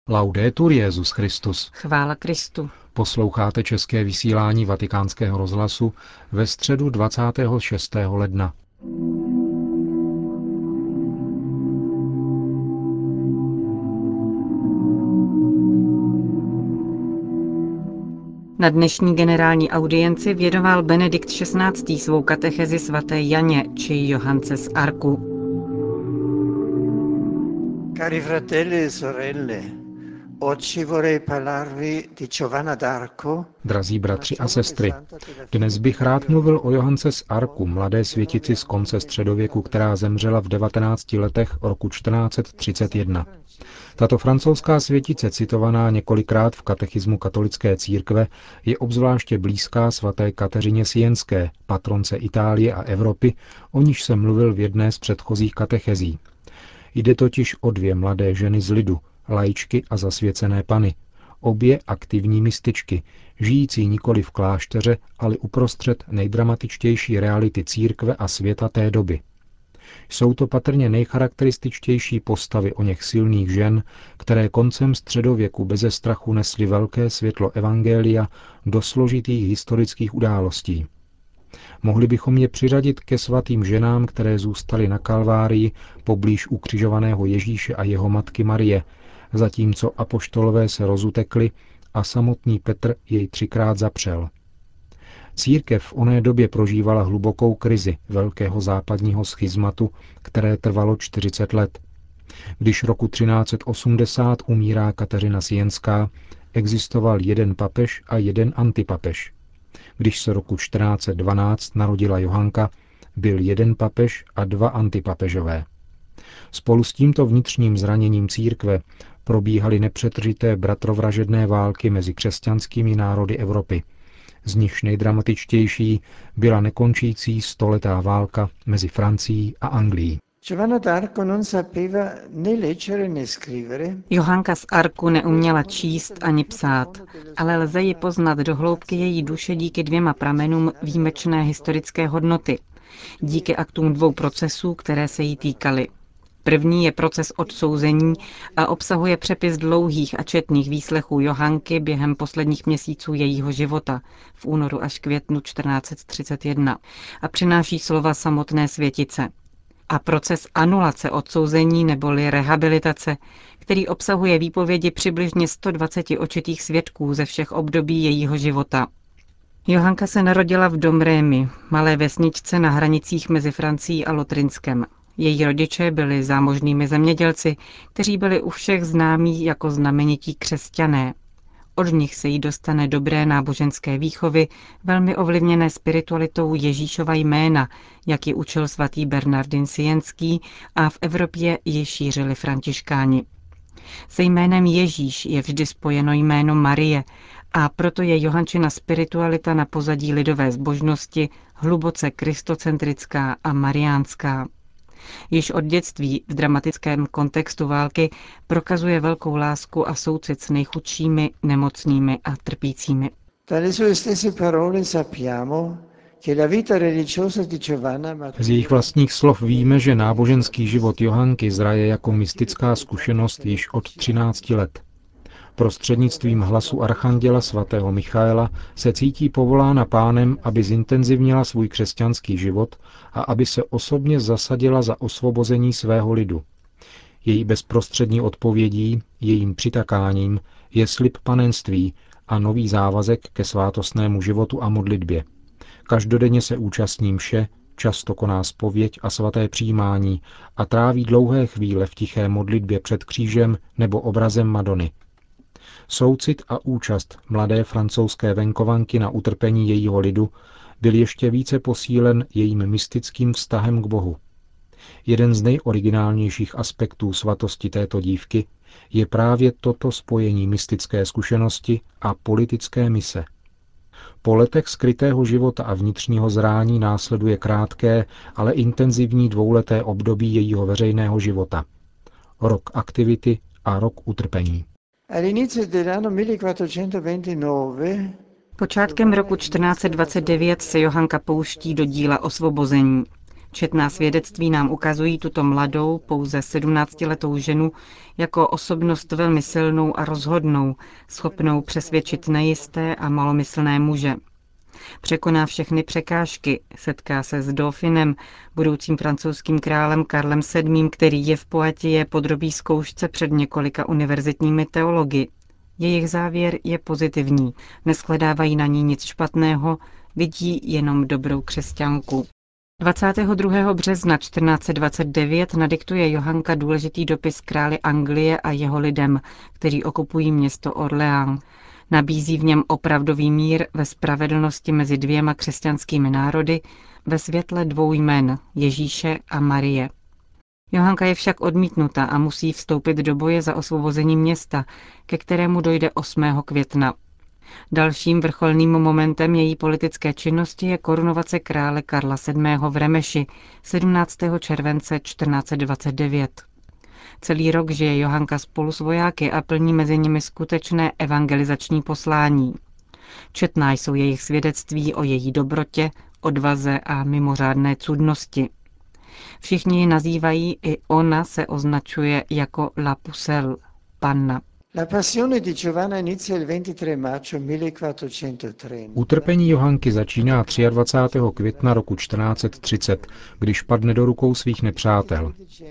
Laudetur Jesus Christus. Chvála Kristu. Posloucháte české vysílání Vatikánského rozhlasu ve středu 26. ledna. Na dnešní generální audienci věnoval Benedikt XVI. Svou katechezi svaté Janě či Johance z Arku. Cari fratelli e sorelle, oggi vorrei parlarvi di Giovanna d'Arco. Drazí bratři a sestry, dnes bych rád mluvil o Johance z Arku, mladé světici z konce středověku, která zemřela v 19 letech roku 1431. Tato francouzská světice, citovaná několikrát v katechismu katolické církve, je obzvláště blízká svaté Kateřině Sienské, patronce Itálie a Evropy, o níž jsem mluvil v jedné z předchozích katechezí. Jde totiž o dvě mladé ženy z lidu, laičky a zasvěcené pany, obě aktivní mističky, žijící nikoli v klášteře, ale uprostřed nejdramatičtější reality církve a světa té doby. Jsou to patrně nejcharakterističtější postavy oněch silných žen, které koncem středověku beze strachu nesly velké světlo evangelia do složitých historických událostí. Mohli bychom je přiřadit ke svatým ženám, které zůstaly na Kalvárii poblíž ukřižovaného Ježíše a jeho matky Marie, zatímco apoštolové se rozutekli a samotný Petr jej 3krát zapřel. Církev v oné době prožívala hlubokou krizi velkého západního schizmatu, které trvalo 40 let. Když roku 1380 umírá Kateřina Sienská, existoval jeden papež a jeden antipapež. Když se roku 1412 narodila Johanka, byl jeden papež a dva antipapežové. Spolu s tímto vnitřním zraněním církve probíhaly nepřetržité bratrovražedné války mezi křesťanskými národy Evropy. Z nichž nejdramatičtější byla nekončící stoletá válka mezi Francií a Anglií. Johanka z Arku neuměla číst ani psát, ale lze ji poznat do hloubky její duše díky dvěma pramenům výjimečné historické hodnoty, díky aktům dvou procesů, které se jí týkaly. První je proces odsouzení a obsahuje přepis dlouhých a četných výslechů Johanky během posledních měsíců jejího života, v únoru až květnu 1431, a přináší slova samotné světice. A proces anulace odsouzení neboli rehabilitace, který obsahuje výpovědi přibližně 120 očitých svědků ze všech období jejího života. Johanka se narodila v Domrémy, malé vesničce na hranicích mezi Francií a Lotynskem. Její rodiče byli zámožnými zemědělci, kteří byli u všech známí jako znamenití křesťané. Od nich se jí dostane dobré náboženské výchovy, velmi ovlivněné spiritualitou Ježíšova jména, jak ji učil svatý Bernardin Sienský a v Evropě ji šířili františkáni. Se jménem Ježíš je vždy spojeno jméno Marie a proto je Johančina spiritualita na pozadí lidové zbožnosti hluboce kristocentrická a mariánská. Již od dětství v dramatickém kontextu války prokazuje velkou lásku a soucit s nejchudšími, nemocnými a trpícími. Z jejich vlastních slov víme, že náboženský život Johanky zraje jako mystická zkušenost již od 13 let. Prostřednictvím hlasu archanděla svatého Michaela se cítí povolána Pánem, aby zintenzivnila svůj křesťanský život a aby se osobně zasadila za osvobození svého lidu. Její bezprostřední odpovědí, jejím přitakáním je slib panenství a nový závazek ke svátostnému životu a modlitbě. Každodenně se účastní mše, často koná zpověď a svaté přijímání a tráví dlouhé chvíle v tiché modlitbě před křížem nebo obrazem Madony. Soucit a účast mladé francouzské venkovanky na utrpení jejího lidu byl ještě více posílen jejím mystickým vztahem k Bohu. Jeden z nejoriginálnějších aspektů svatosti této dívky je právě toto spojení mystické zkušenosti a politické mise. Po letech skrytého života a vnitřního zrání následuje krátké, ale intenzivní dvouleté období jejího veřejného života. Rok aktivity a rok utrpení. Počátkem roku 1429 se Johanka pouští do díla osvobození. Četná svědectví nám ukazují tuto mladou, pouze 17letou ženu jako osobnost velmi silnou a rozhodnou, schopnou přesvědčit nejisté a malomyslné muže. Překoná všechny překážky, setká se s Dauphinem, budoucím francouzským králem Karlem VII., který je v Poitiers podrobí zkoušce před několika univerzitními teology. Jejich závěr je pozitivní, neshledávají na ní nic špatného, vidí jenom dobrou křesťanku. 22. března 1429 nadiktuje Johanka důležitý dopis králi Anglie a jeho lidem, kteří okupují město Orléans. Nabízí v něm opravdový mír ve spravedlnosti mezi dvěma křesťanskými národy ve světle dvou jmen, Ježíše a Marie. Johanka je však odmítnuta a musí vstoupit do boje za osvobození města, ke kterému dojde 8. května. Dalším vrcholným momentem její politické činnosti je korunovace krále Karla VII. V Remeši 17. července 1429. Celý rok žije Johanka spolu s vojáky a plní mezi nimi skutečné evangelizační poslání. Četná jsou jejich svědectví o její dobrotě, odvaze a mimořádné cudnosti. Všichni ji nazývají, i ona se označuje jako La Pucelle, panna. Utrpení Johanky začíná 23. května roku 1430, když padne do rukou svých nepřátel.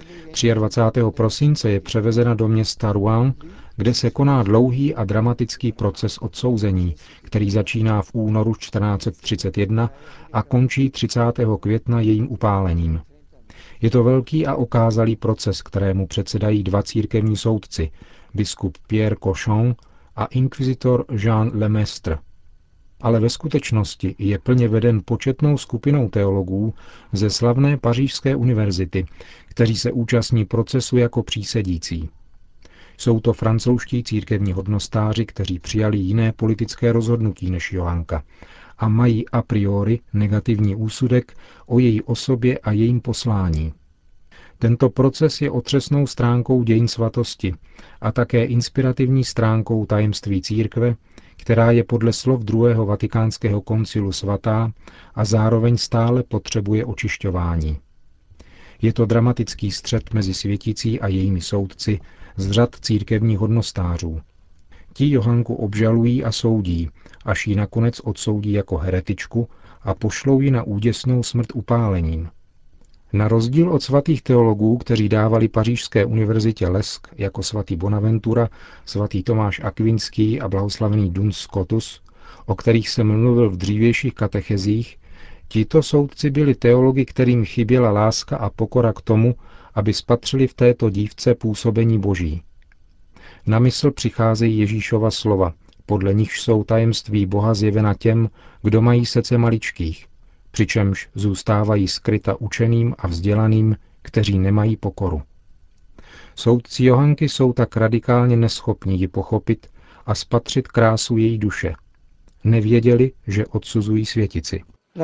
23. prosince je převezena do města Rouen, kde se koná dlouhý a dramatický proces odsouzení, který začíná v únoru 1431 a končí 30. května jejím upálením. Je to velký a okázalý proces, kterému předsedají dva církevní soudci, biskup Pierre Cochon a inkvizitor Jean Lemestre. Ale ve skutečnosti je plně veden početnou skupinou teologů ze slavné Pařížské univerzity, kteří se účastní procesu jako přísedící. Jsou to francouzští církevní hodnostáři, kteří přijali jiné politické rozhodnutí než Johanka a mají a priori negativní úsudek o její osobě a jejím poslání. Tento proces je otřesnou stránkou dějin svatosti a také inspirativní stránkou tajemství církve, která je podle slov druhého vatikánského koncilu svatá a zároveň stále potřebuje očišťování. Je to dramatický střet mezi světicí a jejími soudci z řad církevních hodnostářů. Ti Johanku obžalují a soudí, až ji nakonec odsoudí jako heretičku a pošlou ji na úděsnou smrt upálením. Na rozdíl od svatých teologů, kteří dávali Pařížské univerzitě lesk jako svatý Bonaventura, svatý Tomáš Akvinský a blahoslavený Duns Scotus, o kterých jsem mluvil v dřívějších katechezích, tito soudci byli teologi, kterým chyběla láska a pokora k tomu, aby spatřili v této dívce působení Boží. Na mysl přicházejí Ježíšova slova, podle nichž jsou tajemství Boha zjevena těm, kdo mají srdce maličkých, přičemž zůstávají skryta učeným a vzdělaným, kteří nemají pokoru. Soudci Johanky jsou tak radikálně neschopní ji pochopit a spatřit krásu její duše. Nevěděli, že odsuzují světici.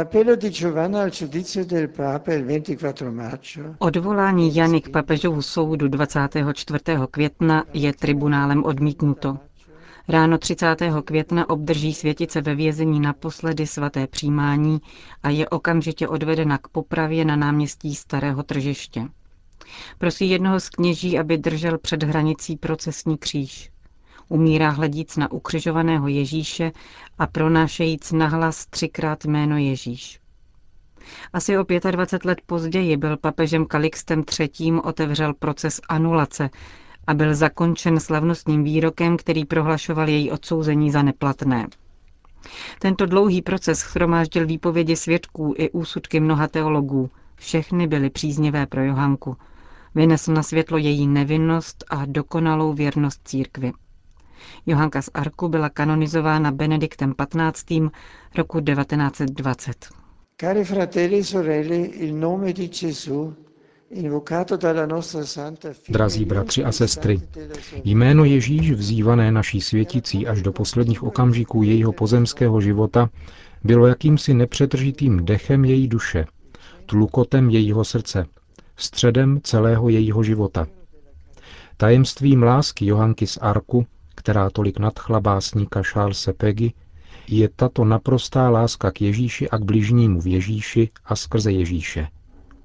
Odvolání Jany k papežovu soudu 24. května je tribunálem odmítnuto. Ráno 30. května obdrží světice ve vězení naposledy svaté přijímání a je okamžitě odvedena k popravě na náměstí Starého tržiště. Prosí jednoho z kněží, aby držel před hranicí procesní kříž. Umírá hledíc na ukřižovaného Ježíše a pronášejíc nahlas 3krát jméno Ježíš. Asi o 25 let později byl papežem Kalixtem III. Otevřel proces anulace a byl zakončen slavnostním výrokem, který prohlašoval její odsouzení za neplatné. Tento dlouhý proces shromáždil výpovědi svědků i úsudky mnoha teologů. Všechny byly příznivé pro Johanku. Vynesl na světlo její nevinnost a dokonalou věrnost církvi. Johanka z Arku byla kanonizována Benediktem XV. Roku 1920. Cari fratelli e sorelle, il nome di Gesù, invocato dalla nostra santa figlia. Drazí bratři a sestry, jméno Ježíš vzývané naší světicí až do posledních okamžiků jejího pozemského života bylo jakýmsi nepřetržitým dechem její duše, tlukotem jejího srdce, středem celého jejího života. Tajemstvím lásky Johanky z Arku, která tolik nadchla básníka Charlese Péguy, je tato naprostá láska k Ježíši a k bližnímu v Ježíši a skrze Ježíše.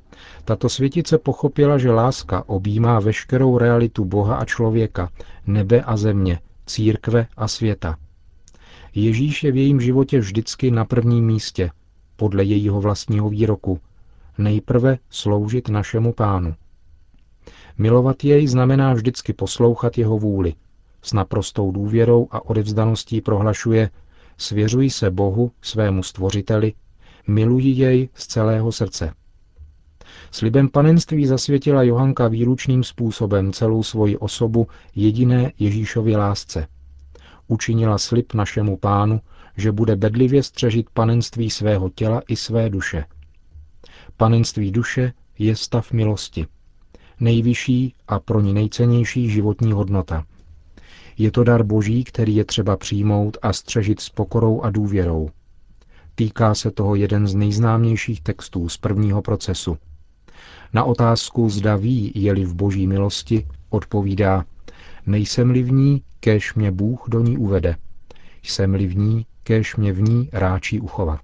Tato světice pochopila, že láska objímá veškerou realitu Boha a člověka, nebe a země, církve a světa. Ježíš je v jejím životě vždycky na prvním místě, podle jejího vlastního výroku. Nejprve sloužit našemu Pánu. Milovat jej znamená vždycky poslouchat jeho vůli. S naprostou důvěrou a odevzdaností prohlašuje: svěřuji se Bohu, svému stvořiteli, miluji jej z celého srdce. Slibem panenství zasvětila Johanka výlučným způsobem celou svoji osobu jediné Ježíšově lásce. Učinila slib našemu Pánu, že bude bedlivě střežit panenství svého těla i své duše. Panenství duše je stav milosti. Nejvyšší a pro ní nejcennější životní hodnota. Je to dar Boží, který je třeba přijmout a střežit s pokorou a důvěrou. Týká se toho jeden z nejznámějších textů z prvního procesu. Na otázku, zda ví, je-li v Boží milosti, odpovídá: nejsem-li v ní, kéž mě Bůh do ní uvede. Jsem-li v ní, kéž mě v ní ráčí uchovat.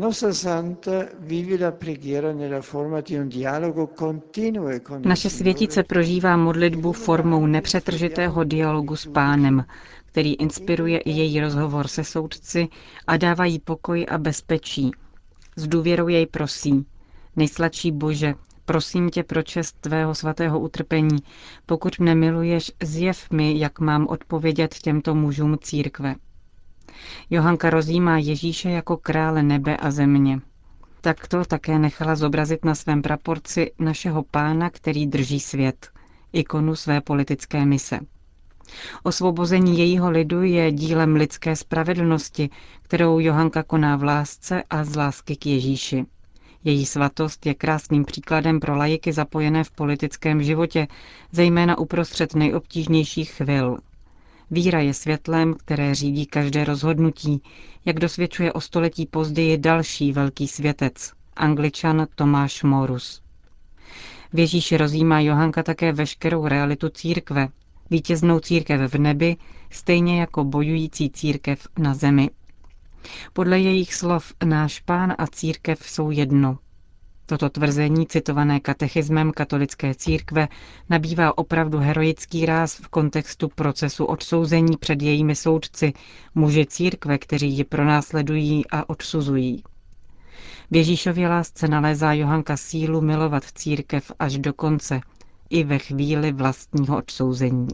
Naše světice prožívá modlitbu formou nepřetržitého dialogu s Pánem, který inspiruje i její rozhovor se soudci a dává jí pokoj a bezpečí. S důvěrou jej prosí: nejsladší Bože, prosím tě pro čest tvého svatého utrpení, pokud mne miluješ, zjev mi, jak mám odpovědět těmto mužům církve. Johanka rozjímá Ježíše jako krále nebe a země. Takto také nechala zobrazit na svém praporci našeho Pána, který drží svět, ikonu své politické mise. Osvobození jejího lidu je dílem lidské spravedlnosti, kterou Johanka koná v lásce a z lásky k Ježíši. Její svatost je krásným příkladem pro laiky zapojené v politickém životě, zejména uprostřed nejobtížnějších chvil. Víra je světlem, které řídí každé rozhodnutí, jak dosvědčuje o století později další velký světec, Angličan Tomáš Morus. V Ježíši rozjímá Johanka také veškerou realitu církve, vítěznou církev v nebi, stejně jako bojující církev na zemi. Podle jejich slov náš Pán a církev jsou jedno. Toto tvrzení, citované katechismem katolické církve, nabývá opravdu heroický ráz v kontextu procesu odsouzení před jejími soudci, muži církve, kteří ji pronásledují a odsuzují. V Ježíšově lásce nalézá Johanka sílu milovat církev až do konce, i ve chvíli vlastního odsouzení.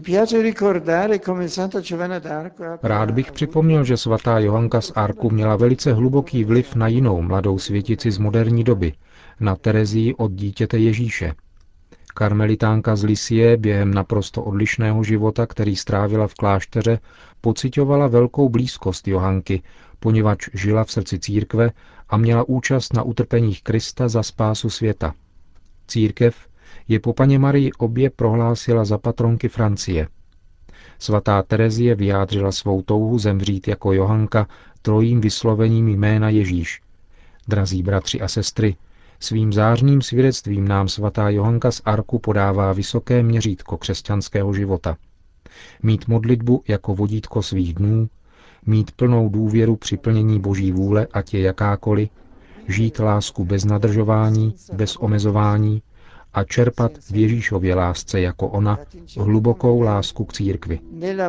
Rád bych připomněl, že svatá Johanka z Arku měla velice hluboký vliv na jinou mladou světici z moderní doby, na Terezii od dítěte Ježíše. Karmelitánka z Lisie během naprosto odlišného života, který strávila v klášteře, pociťovala velkou blízkost Johanky, poněvadž žila v srdci církve a měla účast na utrpeních Krista za spásu světa. Církev je po Panně Marii obě prohlásila za patronky Francie. Svatá Terezie vyjádřila svou touhu zemřít jako Johanka trojím vyslovením jména Ježíš. Drazí bratři a sestry, svým zářným svědectvím nám svatá Johanka z Arku podává vysoké měřítko křesťanského života. Mít modlitbu jako vodítko svých dnů, mít plnou důvěru při plnění Boží vůle, ať je jakákoliv, žít lásku bez nadržování, bez omezování a čerpat v Ježíšově lásce jako ona hlubokou lásku k církvi.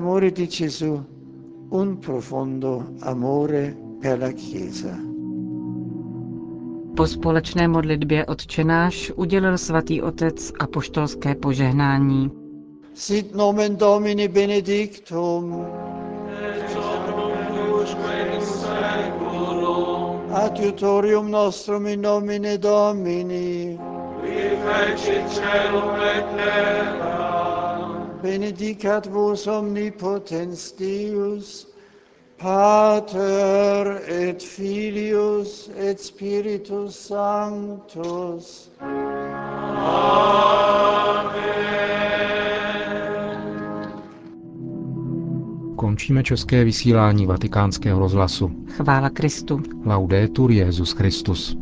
Po společné modlitbě Otčenáš udělil svatý otec apoštolské požehnání. Sit nomen Domini benedictum, adiutorium nostrum in nomine Domini, benedicat vos omnipotens Deus, Pater et Filius et Spiritus Sanctus. Končíme české vysílání Vatikánského rozhlasu. Chvála Kristu. Laudetur Jesus Christus.